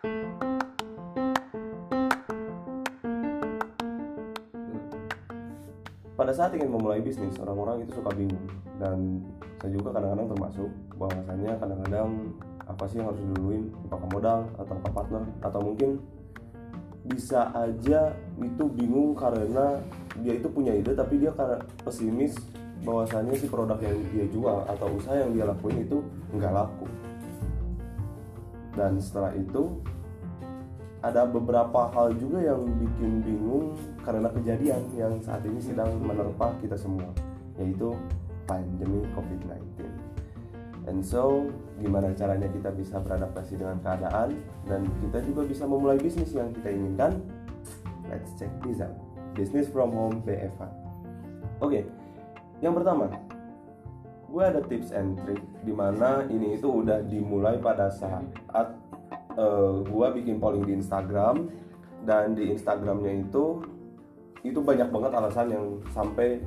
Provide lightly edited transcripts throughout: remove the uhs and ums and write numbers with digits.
Pada saat ingin memulai bisnis, orang-orang itu suka bingung, dan saya juga kadang-kadang termasuk bahwasannya kadang-kadang apa sih yang harus diduluin, apakah modal atau partner, atau mungkin bisa aja itu bingung karena dia itu punya ide tapi dia karena pesimis bahwasannya si produk yang dia jual atau usaha yang dia lakuin itu nggak laku. Dan setelah itu ada beberapa hal juga yang bikin bingung karena kejadian yang saat ini sedang menerpa kita semua, yaitu pandemi COVID-19. And so, gimana caranya kita bisa beradaptasi dengan keadaan dan kita juga bisa memulai bisnis yang kita inginkan? Let's check this out. Business from home BFA. Oke, yang pertama, gue ada tips and trick dimana ini itu udah dimulai pada saat gue bikin polling di Instagram, dan di Instagramnya itu banyak banget alasan yang sampai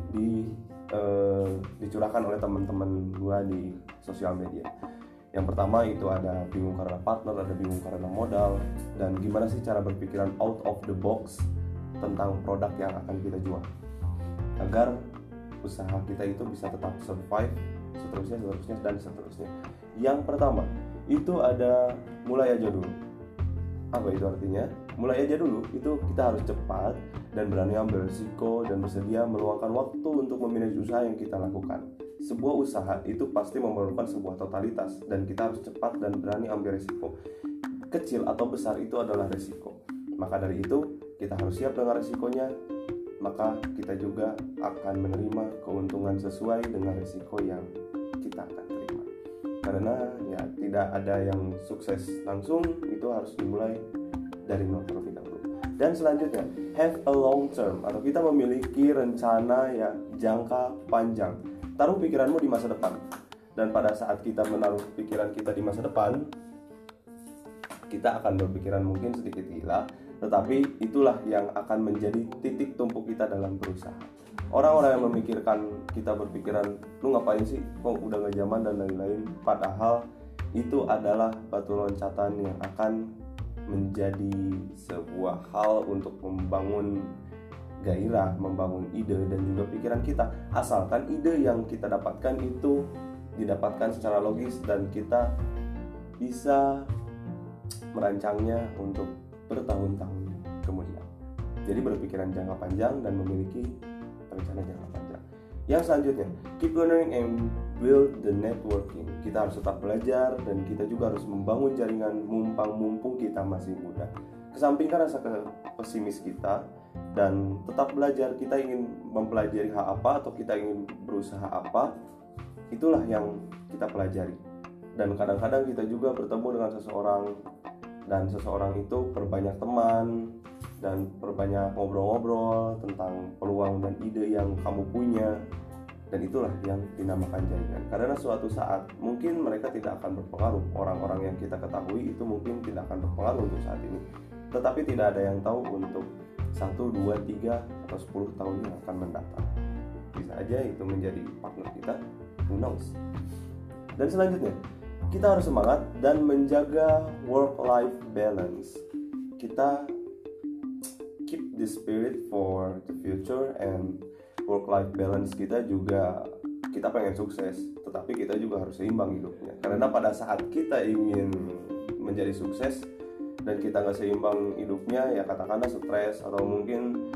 dicurahkan oleh teman-teman gue di sosial media. Yang pertama itu ada bingung karena partner, ada bingung karena modal, dan gimana sih cara berpikiran out of the box tentang produk yang akan kita jual agar usaha kita itu bisa tetap survive, seterusnya dan seterusnya. Yang pertama itu ada mulai aja dulu. Apa itu artinya? Mulai aja dulu itu kita harus cepat dan berani ambil risiko dan bersedia meluangkan waktu untuk memanage usaha yang kita lakukan. Sebuah usaha itu pasti memerlukan sebuah totalitas dan kita harus cepat dan berani ambil risiko. Kecil atau besar itu adalah risiko. Maka dari itu kita harus siap dengan risikonya, maka kita juga akan menerima keuntungan sesuai dengan risiko yang kita akan terima. Karena ya tidak ada yang sukses langsung, itu harus dimulai dari nol terlebih dahulu. Dan selanjutnya, have a long term, atau kita memiliki rencana ya jangka panjang. Taruh pikiranmu di masa depan. Dan pada saat kita menaruh pikiran kita di masa depan, kita akan berpikiran mungkin sedikit gila, tetapi itulah yang akan menjadi titik tumpu kita dalam berusaha. Orang-orang yang memikirkan kita berpikiran, lu ngapain sih, kok udah gak zaman dan lain-lain, padahal itu adalah batu loncatan yang akan menjadi sebuah hal untuk membangun gairah, membangun ide dan juga pikiran kita. Asalkan ide yang kita dapatkan itu didapatkan secara logis dan kita bisa merancangnya untuk bertahun-tahun kemudian. Jadi berpikiran jangka panjang dan memiliki rencana jangka panjang. Yang selanjutnya, keep learning and build the networking. Kita harus tetap belajar dan kita juga harus membangun jaringan mumpung kita masih muda. Kesampingkan rasa pesimis kita dan tetap belajar. Kita ingin mempelajari hal apa atau kita ingin berusaha apa, itulah yang kita pelajari. Dan kadang-kadang kita juga bertemu dengan seseorang, dan seseorang itu perbanyak teman dan perbanyak ngobrol-ngobrol tentang peluang dan ide yang kamu punya, dan itulah yang dinamakan jaringan. Karena suatu saat mungkin mereka tidak akan berpengaruh, orang-orang yang kita ketahui itu mungkin tidak akan berpengaruh untuk saat ini, tetapi tidak ada yang tahu untuk 1, 2, 3, atau 10 tahun yang akan mendatang. Bisa aja itu menjadi partner kita, who knows. Dan selanjutnya, kita harus semangat dan menjaga work-life balance. Kita keep the spirit for the future, and work-life balance kita juga, kita pengen sukses, tetapi kita juga harus seimbang hidupnya. Karena pada saat kita ingin menjadi sukses dan kita nggak seimbang hidupnya, ya katakanlah stres atau mungkin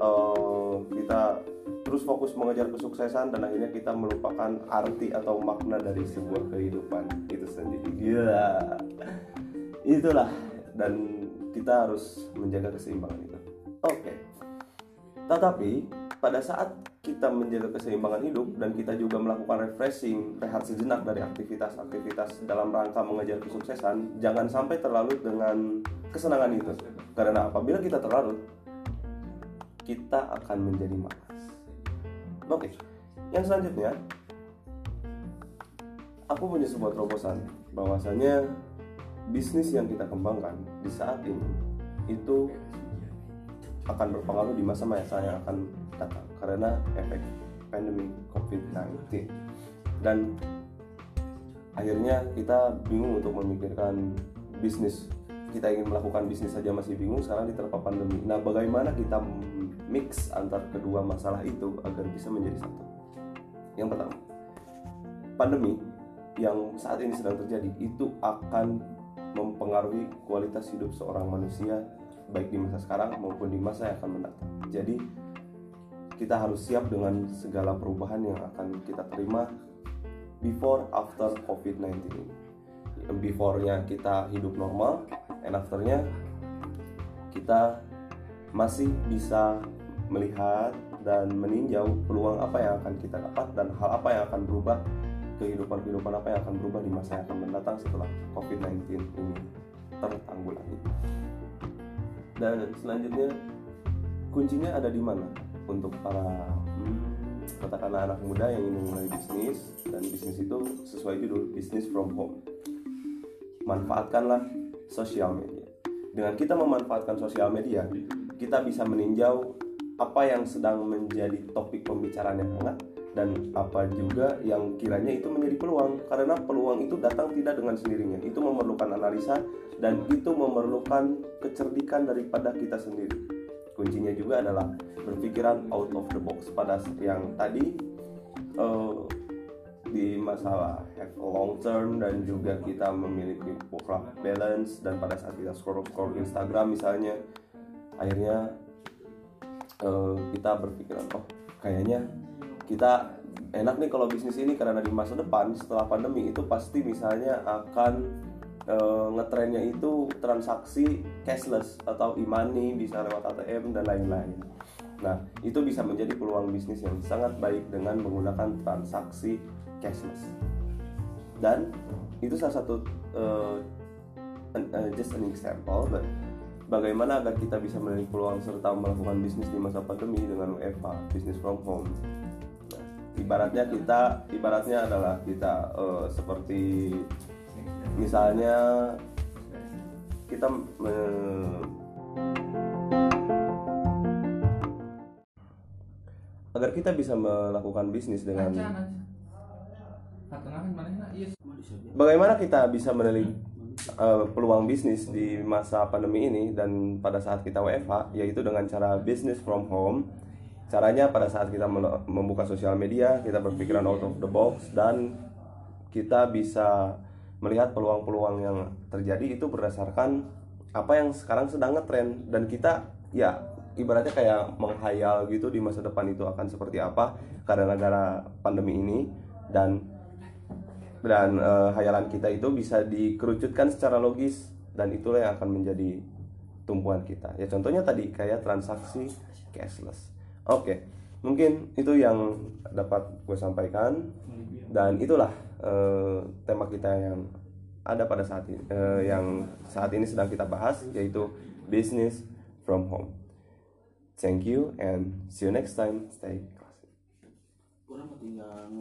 kita terus fokus mengejar kesuksesan dan akhirnya kita melupakan arti atau makna dari sebuah kehidupan itu sendiri. Gila. Itulah, dan kita harus menjaga keseimbangan itu. Oke. Tetapi pada saat kita menjaga keseimbangan hidup dan kita juga melakukan refreshing, rehat sejenak dari aktivitas-aktivitas dalam rangka mengejar kesuksesan, jangan sampai terlarut dengan kesenangan itu. Karena apabila kita terlarut, kita akan menjadi malas. Oke, yang selanjutnya, aku punya sebuah terobosan bahwasanya bisnis yang kita kembangkan di saat ini itu akan berpengaruh di masa-masa yang akan datang karena efek pandemi COVID-19. Dan akhirnya kita bingung untuk memikirkan bisnis kita ingin melakukan bisnis saja masih bingung, sekarang diterpa pandemi. Nah, bagaimana kita mix antar kedua masalah itu agar bisa menjadi satu? Yang pertama, pandemi yang saat ini sedang terjadi itu akan mempengaruhi kualitas hidup seorang manusia baik di masa sekarang maupun di masa yang akan mendatang. Jadi kita harus siap dengan segala perubahan yang akan kita terima before after COVID-19 ini. Before-nya kita hidup normal, and after-nya kita masih bisa melihat dan meninjau peluang apa yang akan kita dapat dan hal apa yang akan berubah, kehidupan apa yang akan berubah di masa yang akan mendatang setelah COVID-19 ini tertanggulangi. Dan selanjutnya, kuncinya ada di mana untuk para katakanlah anak muda yang ingin memulai bisnis, dan bisnis itu sesuai judul Business from Home. Manfaatkanlah sosial media. Dengan kita memanfaatkan sosial media, kita bisa meninjau apa yang sedang menjadi topik pembicaraan yang hangat dan apa juga yang kiranya itu menjadi peluang, karena peluang itu datang tidak dengan sendirinya. Itu memerlukan analisa dan itu memerlukan kecerdikan daripada kita sendiri. Kuncinya juga adalah berpikiran out of the box. Pada yang tadi di masalah have a long term dan juga kita memiliki work-life balance, dan pada saat kita scroll Instagram misalnya, akhirnya kita berpikiran, oh kayaknya kita enak nih kalau bisnis ini, karena di masa depan setelah pandemi itu pasti misalnya akan ngetrennya itu transaksi cashless atau e-money, bisa lewat ATM dan lain-lain. Nah, itu bisa menjadi peluang bisnis yang sangat baik dengan menggunakan transaksi cashless. Dan itu salah satu just an example, but bagaimana agar kita bisa memiliki peluang serta melakukan bisnis di masa pandemi dengan WFH, business from home. Nah, ibaratnya adalah kita seperti misalnya kita agar kita bisa melakukan bisnis dengan bagaimana kita bisa menilai peluang bisnis di masa pandemi ini dan pada saat kita WFH, yaitu dengan cara business from home. Caranya pada saat kita membuka sosial media, kita berpikiran out of the box dan kita bisa melihat peluang-peluang yang terjadi itu berdasarkan apa yang sekarang sedang ngetren, dan kita ya ibaratnya kayak menghayal gitu di masa depan itu akan seperti apa karena gara pandemi ini, dan hayalan kita itu bisa dikerucutkan secara logis, dan itulah yang akan menjadi tumpuan kita. Ya contohnya tadi kayak transaksi cashless. Oke, mungkin itu yang dapat gue sampaikan, dan itulah tema kita yang ada pada saat ini, yang saat ini sedang kita bahas, yaitu business from home. Thank you and see you next time. Stay classy.